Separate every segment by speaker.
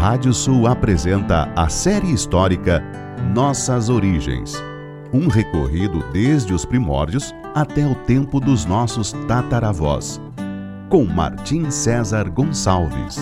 Speaker 1: Rádio Sul apresenta a série histórica Nossas Origens. Um recorrido desde os primórdios até o tempo dos nossos tataravós. Com Martim César Gonçalves.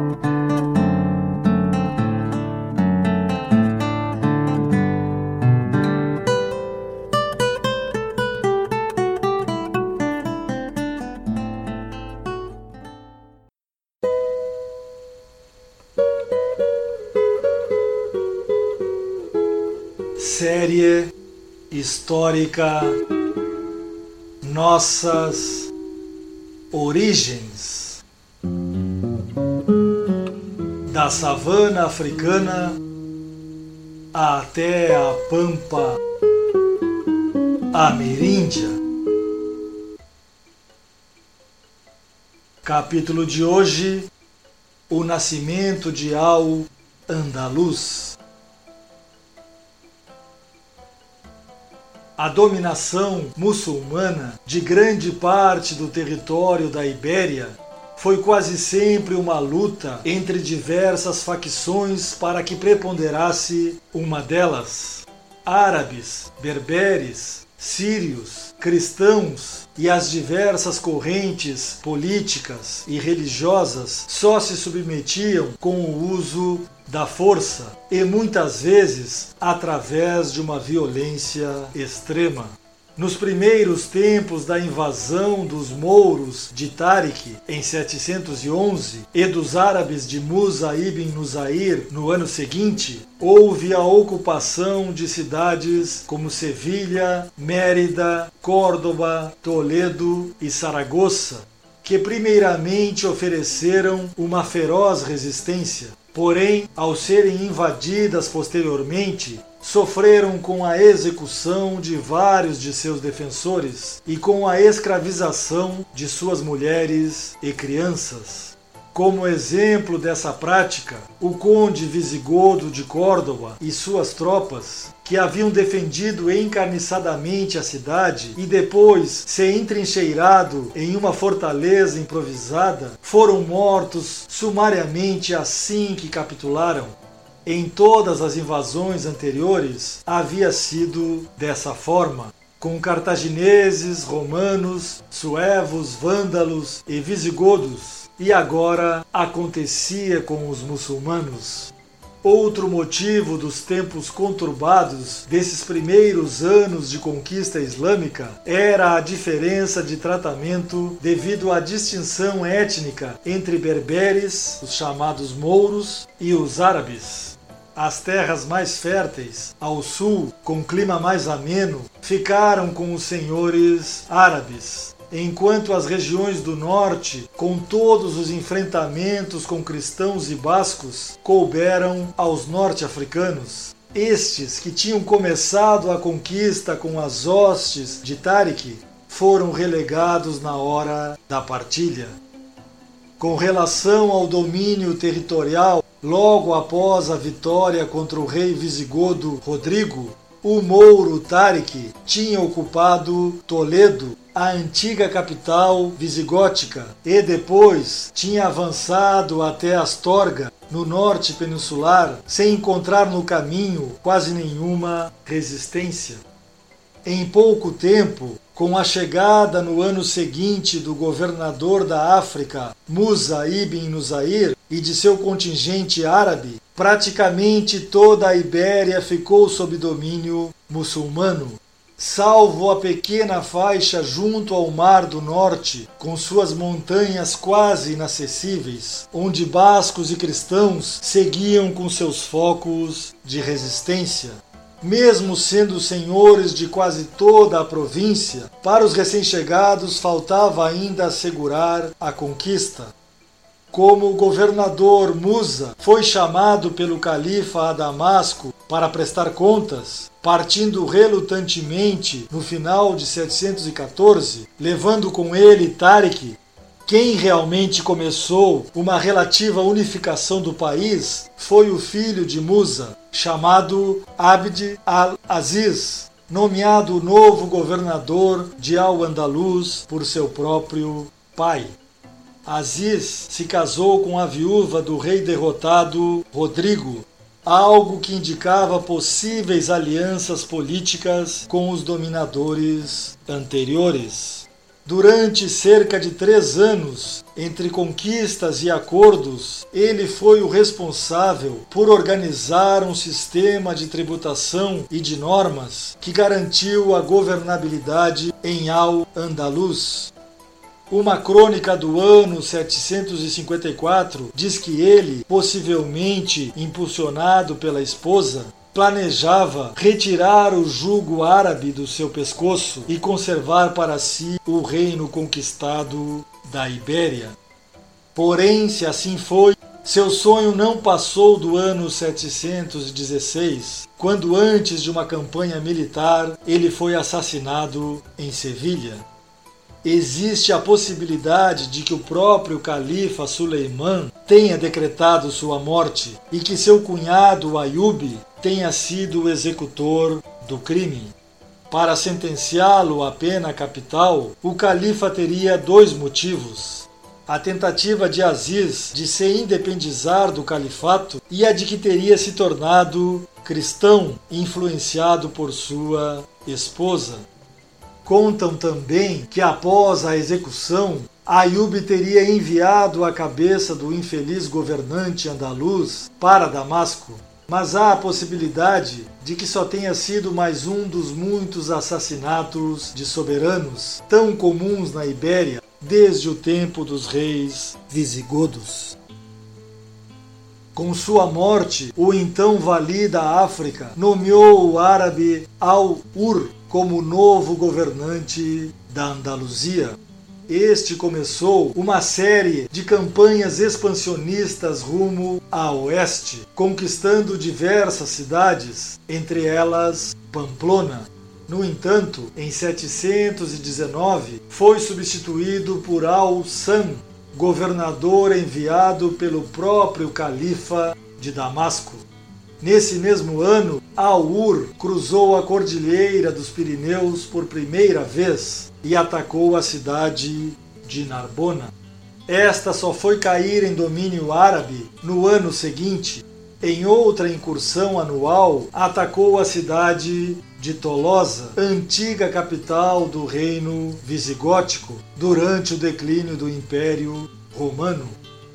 Speaker 2: Série histórica Nossas Origens. Da savana africana até a pampa ameríndia. Capítulo de hoje: o nascimento de Al-Andalus. A dominação muçulmana de grande parte do território da Ibéria foi quase sempre uma luta entre diversas facções para que preponderasse uma delas. Árabes, berberes, sírios, cristãos e as diversas correntes políticas e religiosas só se submetiam com o uso da força e muitas vezes através de uma violência extrema. Nos primeiros tempos da invasão dos mouros de Tariq em 711 e dos árabes de Musa ibn Nusair no ano seguinte, houve a ocupação de cidades como Sevilha, Mérida, Córdoba, Toledo e Saragoça, que primeiramente ofereceram uma feroz resistência. Porém, ao serem invadidas posteriormente, sofreram com a execução de vários de seus defensores e com a escravização de suas mulheres e crianças. Como exemplo dessa prática, o conde visigodo de Córdoba e suas tropas, que haviam defendido encarniçadamente a cidade e depois se entrincheirado em uma fortaleza improvisada, foram mortos sumariamente assim que capitularam. Em todas as invasões anteriores havia sido dessa forma, com cartagineses, romanos, suevos, vândalos e visigodos, e agora acontecia com os muçulmanos. Outro motivo dos tempos conturbados desses primeiros anos de conquista islâmica era a diferença de tratamento devido à distinção étnica entre berberes, os chamados mouros, e os árabes. As terras mais férteis, ao sul, com clima mais ameno, ficaram com os senhores árabes, enquanto as regiões do norte, com todos os enfrentamentos com cristãos e bascos, couberam aos norte-africanos. Estes, que tinham começado a conquista com as hostes de Tariq, foram relegados na hora da partilha. Com relação ao domínio territorial, logo após a vitória contra o rei visigodo Rodrigo, o mouro Tariq tinha ocupado Toledo, a antiga capital visigótica, e depois tinha avançado até Astorga, no norte peninsular, sem encontrar no caminho quase nenhuma resistência. Em pouco tempo, com a chegada no ano seguinte do governador da África, Musa ibn Nusair, e de seu contingente árabe, praticamente toda a Ibéria ficou sob domínio muçulmano, salvo a pequena faixa junto ao Mar do Norte, com suas montanhas quase inacessíveis, onde bascos e cristãos seguiam com seus focos de resistência. Mesmo sendo senhores de quase toda a província, para os recém-chegados faltava ainda assegurar a conquista. Como o governador Musa foi chamado pelo califa a Damasco para prestar contas, partindo relutantemente no final de 714, levando com ele Tariq, quem realmente começou uma relativa unificação do país foi o filho de Musa, chamado Abd al-Aziz, nomeado o novo governador de Al-Andalus por seu próprio pai. Aziz se casou com a viúva do rei derrotado Rodrigo, algo que indicava possíveis alianças políticas com os dominadores anteriores. Durante cerca de 3 anos, entre conquistas e acordos, ele foi o responsável por organizar um sistema de tributação e de normas que garantiu a governabilidade em Al-Andalus. Uma crônica do ano 754 diz que ele, possivelmente impulsionado pela esposa, planejava retirar o jugo árabe do seu pescoço e conservar para si o reino conquistado da Ibéria. Porém, se assim foi, seu sonho não passou do ano 716, quando antes de uma campanha militar ele foi assassinado em Sevilha. Existe a possibilidade de que o próprio califa Suleiman tenha decretado sua morte e que seu cunhado Ayub tenha sido o executor do crime. Para sentenciá-lo à pena capital, o califa teria 2 motivos: a tentativa de Aziz de se independizar do califato e a de que teria se tornado cristão, influenciado por sua esposa. Contam também que após a execução, Ayub teria enviado a cabeça do infeliz governante andaluz para Damasco, mas há a possibilidade de que só tenha sido mais um dos muitos assassinatos de soberanos tão comuns na Ibéria desde o tempo dos reis visigodos. Com sua morte, o então vali da África nomeou o árabe Al-Ur como novo governante da Andaluzia. Este começou uma série de campanhas expansionistas rumo a oeste, conquistando diversas cidades, entre elas Pamplona. No entanto, em 719, foi substituído por Al-Sam, governador enviado pelo próprio califa de Damasco. Nesse mesmo ano, Al-Ur cruzou a Cordilheira dos Pirineus por primeira vez e atacou a cidade de Narbona. Esta só foi cair em domínio árabe no ano seguinte. Em outra incursão anual, atacou a cidade de Tolosa, antiga capital do reino visigótico, durante o declínio do Império Romano.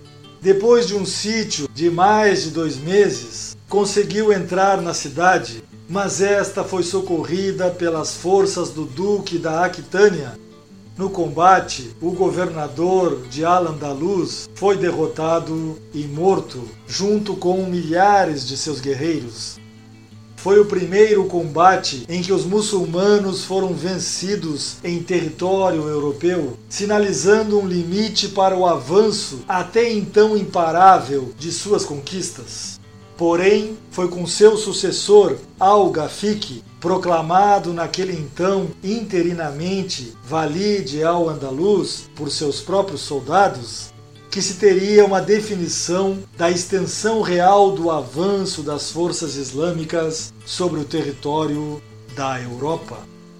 Speaker 2: Depois de um sítio de mais de 2 meses, conseguiu entrar na cidade, mas esta foi socorrida pelas forças do duque da Aquitânia. No combate, o governador de Al-Andalus foi derrotado e morto, junto com milhares de seus guerreiros. Foi o primeiro combate em que os muçulmanos foram vencidos em território europeu, sinalizando um limite para o avanço até então imparável de suas conquistas. Porém, foi com seu sucessor, Al-Ghafiqi, proclamado naquele então interinamente Vali de Al-Andalus por seus próprios soldados, que se teria uma definição da extensão real do avanço das forças islâmicas sobre o território da Europa.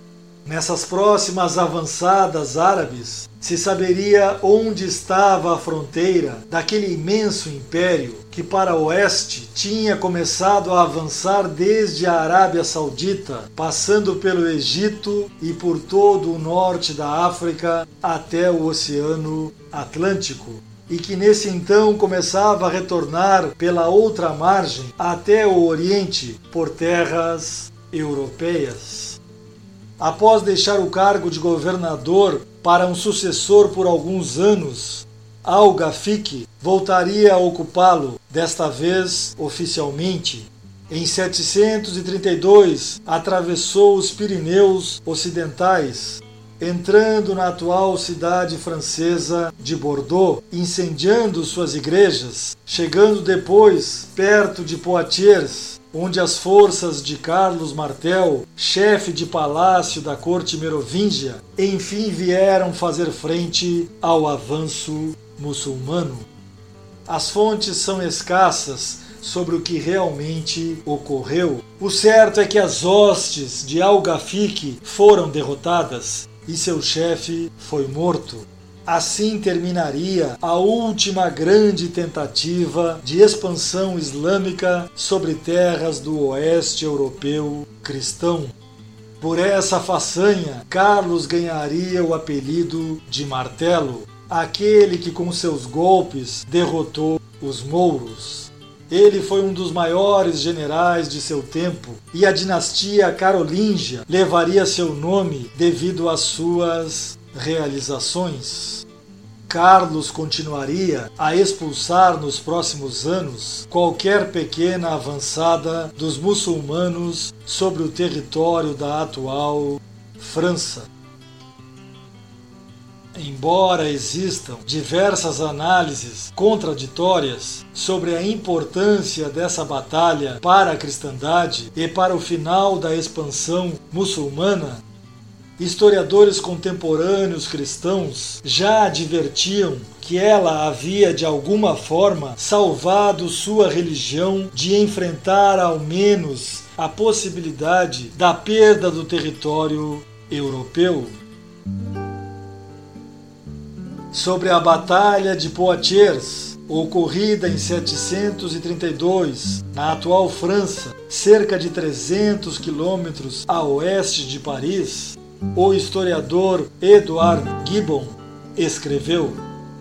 Speaker 2: Nessas próximas avançadas árabes, se saberia onde estava a fronteira daquele imenso império que para o oeste tinha começado a avançar desde a Arábia Saudita, passando pelo Egito e por todo o norte da África até o Oceano Atlântico, e que nesse então começava a retornar pela outra margem até o Oriente por terras europeias. Após deixar o cargo de governador para um sucessor por alguns anos, Al-Ghafiqi voltaria a ocupá-lo, desta vez oficialmente. Em 732, atravessou os Pirineus Ocidentais, entrando na atual cidade francesa de Bordeaux, incendiando suas igrejas, chegando depois perto de Poitiers, onde as forças de Carlos Martel, chefe de palácio da corte merovingia, enfim vieram fazer frente ao avanço muçulmano. As fontes são escassas sobre o que realmente ocorreu. O certo é que as hostes de Al-Ghafiqi foram derrotadas e seu chefe foi morto. Assim terminaria a última grande tentativa de expansão islâmica sobre terras do oeste europeu cristão. Por essa façanha, Carlos ganharia o apelido de Martelo, aquele que com seus golpes derrotou os mouros. Ele foi um dos maiores generais de seu tempo e a dinastia carolíngia levaria seu nome devido às suas realizações. Carlos continuaria a expulsar nos próximos anos qualquer pequena avançada dos muçulmanos sobre o território da atual França. Embora existam diversas análises contraditórias sobre a importância dessa batalha para a cristandade e para o final da expansão muçulmana, historiadores contemporâneos cristãos já advertiam que ela havia de alguma forma salvado sua religião de enfrentar ao menos a possibilidade da perda do território europeu. Sobre a Batalha de Poitiers, ocorrida em 732, na atual França, cerca de 300 quilômetros a oeste de Paris, o historiador Edouard Gibbon escreveu: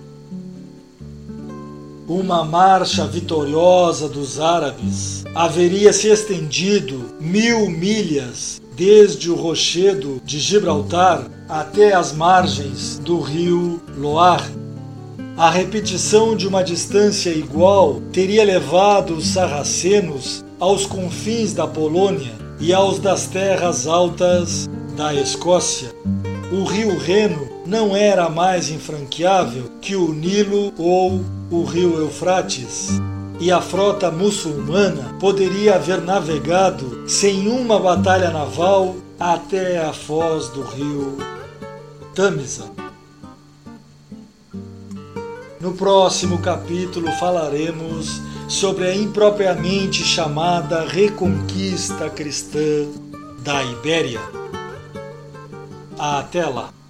Speaker 2: uma marcha vitoriosa dos árabes haveria se estendido 1000 milhas desde o rochedo de Gibraltar até as margens do rio Loire. A repetição de uma distância igual teria levado os sarracenos aos confins da Polônia e aos das terras altas da Escócia. O rio Reno não era mais infranqueável que o Nilo ou o rio Eufrates, e a frota muçulmana poderia haver navegado sem uma batalha naval até a foz do rio Tâmisa. No próximo capítulo falaremos sobre a impropriamente chamada Reconquista Cristã da Ibéria. Até lá!